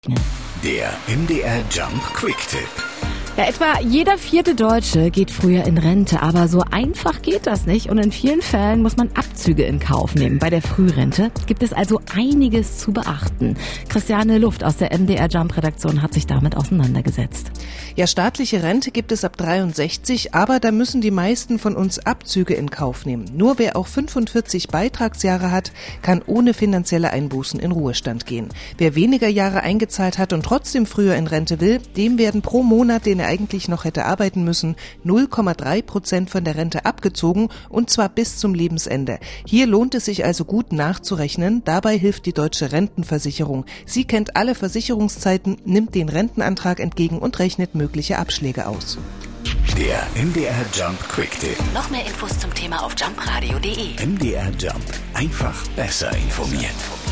Der MDR Jump Quick Tip. Ja, etwa jeder 4. Deutsche geht früher in Rente, aber so einfach geht das nicht und in vielen Fällen muss man Abzüge in Kauf nehmen. Bei der Frührente gibt es also einiges zu beachten. Christiane Luft aus der MDR Jump Redaktion hat sich damit auseinandergesetzt. Ja, staatliche Rente gibt es ab 63, aber da müssen die meisten von uns Abzüge in Kauf nehmen. Nur wer auch 45 Beitragsjahre hat, kann ohne finanzielle Einbußen in Ruhestand gehen. Wer weniger Jahre eingezahlt hat und trotzdem früher in Rente will, dem werden pro Monat, den er eigentlich noch hätte arbeiten müssen, 0,3% von der Rente abgezogen, und zwar bis zum Lebensende. Hier lohnt es sich also gut nachzurechnen. Dabei hilft die Deutsche Rentenversicherung. Sie kennt alle Versicherungszeiten, nimmt den Rentenantrag entgegen und rechnet mögliche Abschläge aus. Der MDR Jump Quick Tip. Noch mehr Infos zum Thema auf jumpradio.de. MDR Jump. Einfach besser informiert.